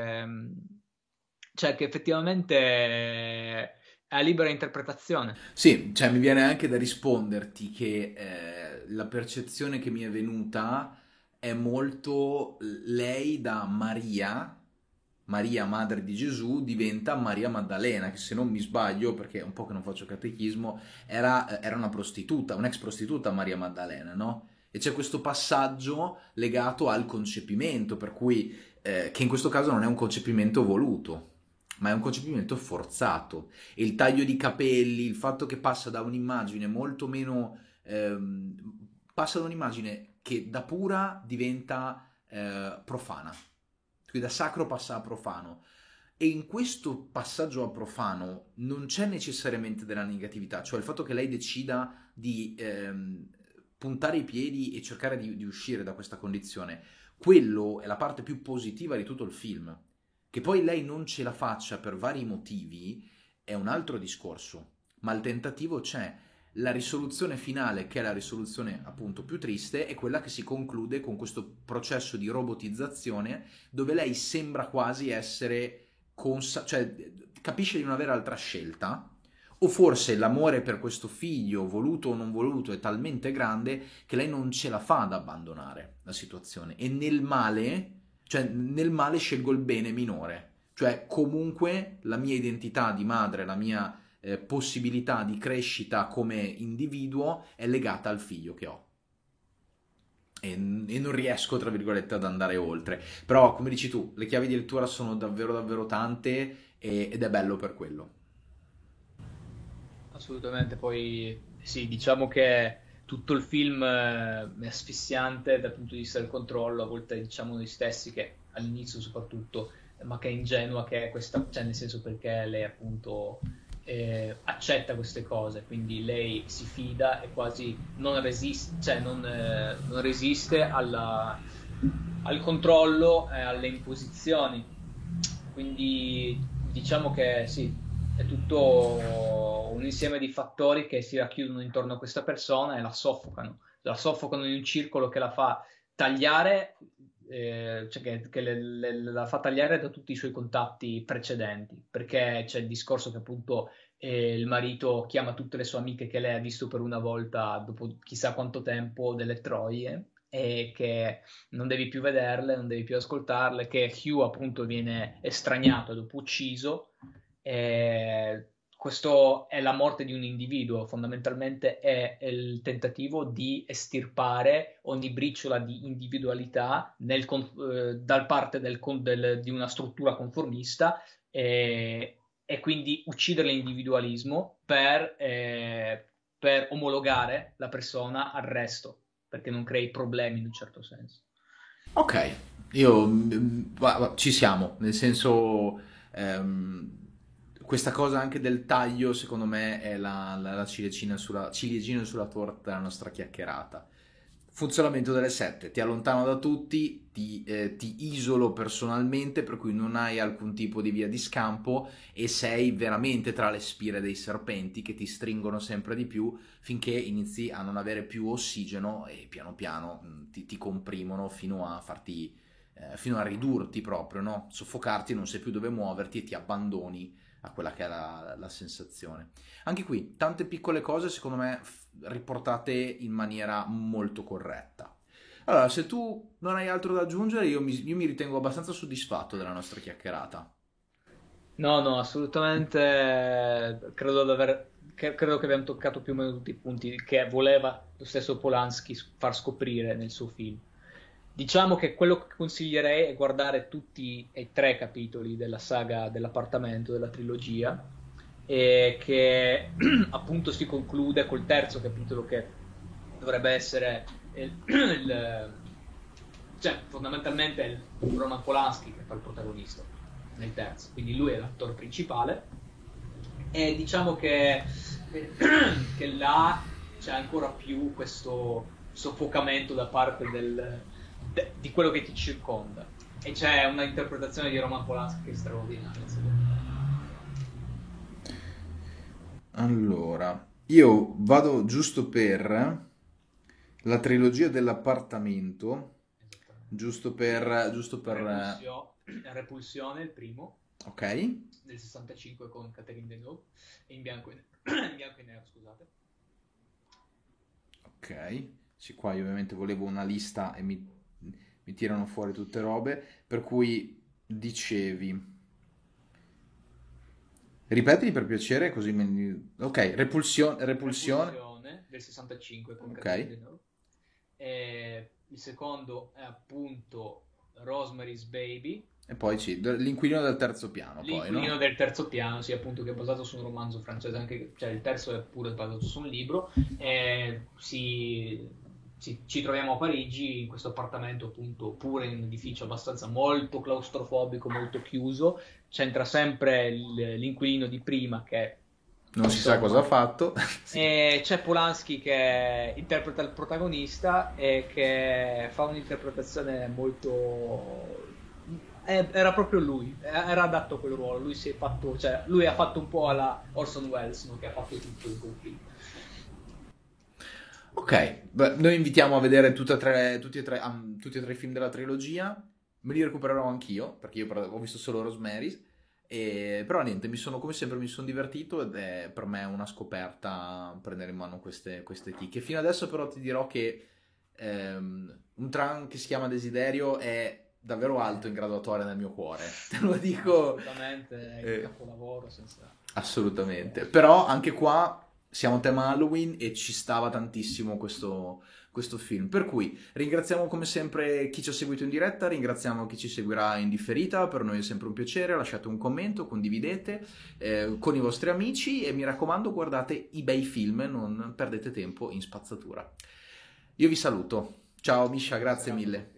cioè, che effettivamente è a libera interpretazione. Sì, cioè mi viene anche da risponderti che la percezione che mi è venuta è molto lei da Maria, Maria madre di Gesù, diventa Maria Maddalena, che se non mi sbaglio, perché è un po' che non faccio catechismo, era una prostituta, un'ex prostituta Maria Maddalena, no? E c'è questo passaggio legato al concepimento, per cui, che in questo caso non è un concepimento voluto, ma è un concepimento forzato. E il taglio di capelli, il fatto che passa da un'immagine molto meno... passa da un'immagine che da pura diventa profana. Quindi da sacro passa a profano. E in questo passaggio a profano non c'è necessariamente della negatività, cioè il fatto che lei decida di puntare i piedi e cercare di uscire da questa condizione, quello è la parte più positiva di tutto il film. Che poi lei non ce la faccia per vari motivi è un altro discorso, ma il tentativo c'è. La risoluzione finale, che è la risoluzione appunto più triste, è quella che si conclude con questo processo di robotizzazione dove lei sembra quasi essere cioè capisce di non avere altra scelta, o forse l'amore per questo figlio, voluto o non voluto, è talmente grande che lei non ce la fa ad abbandonare la situazione e nel male scelgo il bene minore, cioè comunque la mia identità di madre, la mia possibilità di crescita come individuo è legata al figlio che ho. E non riesco, tra virgolette, ad andare oltre. Però, come dici tu, le chiavi di lettura sono davvero, davvero tante ed è bello per quello. Assolutamente, poi sì, diciamo che tutto il film è asfissiante dal punto di vista del controllo, a volte diciamo noi stessi che all'inizio soprattutto, ma che è ingenua che è questa, cioè nel senso perché lei appunto accetta queste cose, quindi lei si fida e quasi non resiste, cioè non resiste al controllo e alle imposizioni. Quindi diciamo che sì, è tutto un insieme di fattori che si racchiudono intorno a questa persona e la soffocano in un circolo che la fa tagliare cioè che l'ha fatta tagliare da tutti i suoi contatti precedenti, perché c'è il discorso che appunto il marito chiama tutte le sue amiche che lei ha visto per una volta dopo chissà quanto tempo delle troie, e che non devi più vederle, non devi più ascoltarle, che Hugh appunto viene estraniato e dopo ucciso. Questo è la morte di un individuo, fondamentalmente è il tentativo di estirpare ogni briciola di individualità dal parte di una struttura conformista, e quindi uccidere l'individualismo per omologare la persona al resto, perché non crei problemi in un certo senso. Ok, ci siamo, nel senso, questa cosa anche del taglio, secondo me, è la ciliegina sulla torta della nostra chiacchierata. Funzionamento delle sette: ti allontano da tutti, ti isolo personalmente, per cui non hai alcun tipo di via di scampo e sei veramente tra le spire dei serpenti che ti stringono sempre di più finché inizi a non avere più ossigeno e piano piano ti comprimono fino a farti, fino a ridurti proprio, no? Soffocarti, non sai più dove muoverti e ti abbandoni a quella che è la sensazione. Anche qui, tante piccole cose, secondo me, riportate in maniera molto corretta. Allora, se tu non hai altro da aggiungere, io mi ritengo abbastanza soddisfatto della nostra chiacchierata. No, no, assolutamente credo che abbiamo toccato più o meno tutti i punti che voleva lo stesso Polanski far scoprire nel suo film. Diciamo che quello che consiglierei è guardare tutti e tre capitoli della saga dell'appartamento, della trilogia, e che appunto si conclude col terzo capitolo, che dovrebbe essere cioè fondamentalmente è il Roman Polanski che fa il protagonista nel terzo, quindi lui è l'attore principale, e diciamo che là c'è ancora più questo soffocamento da parte di quello che ti circonda, e c'è una interpretazione di Roman Polanski che è straordinaria, secondo me. Allora, io vado giusto per la trilogia dell'appartamento, giusto per, Repulsione, il primo, ok, del 65 con Catherine Deneuve, in bianco e, in bianco e nero, scusate. ok, sì, qua io ovviamente volevo una lista e mi tirano fuori tutte robe, per cui dicevi, ripetili per piacere, così ok, repulsione, Repulsione del 65 con ok, Catherine Deneuve. E il secondo è appunto Rosemary's Baby. e poi sì, l'inquilino del terzo piano, poi, L'inquilino no? del terzo piano, sì, appunto, che è basato su un romanzo francese, anche, cioè il terzo è pure basato su un libro. Ci troviamo a Parigi, in questo appartamento, appunto, pure in un edificio abbastanza molto claustrofobico, molto chiuso. C'entra sempre l'inquilino di prima, che Non si sa cosa ha fatto. Sì. e c'è Polanski che interpreta il protagonista e che fa un'interpretazione molto... Era proprio lui, era adatto a quel ruolo. Lui si è fatto, cioè, lui ha fatto un po' alla Orson Welles, no? Che ha fatto tutto in quel film. Ok, beh, noi invitiamo a vedere tutti e tre i film della trilogia. Me li recupererò anch'io, perché io ho visto solo Rosemary's. Però niente, come sempre mi sono divertito ed è per me una scoperta prendere in mano queste chicche. Fino adesso però ti dirò che un tram che si chiama Desiderio è davvero alto in graduatoria nel mio cuore. Te lo dico. Assolutamente, è il capolavoro senza... Assolutamente. Però anche qua siamo a tema Halloween e ci stava tantissimo questo film. Per cui ringraziamo come sempre chi ci ha seguito in diretta, ringraziamo chi ci seguirà in differita, per noi è sempre un piacere, lasciate un commento, condividete con i vostri amici e mi raccomando guardate i bei film, non perdete tempo in spazzatura. Io vi saluto. Ciao Misha, grazie mille.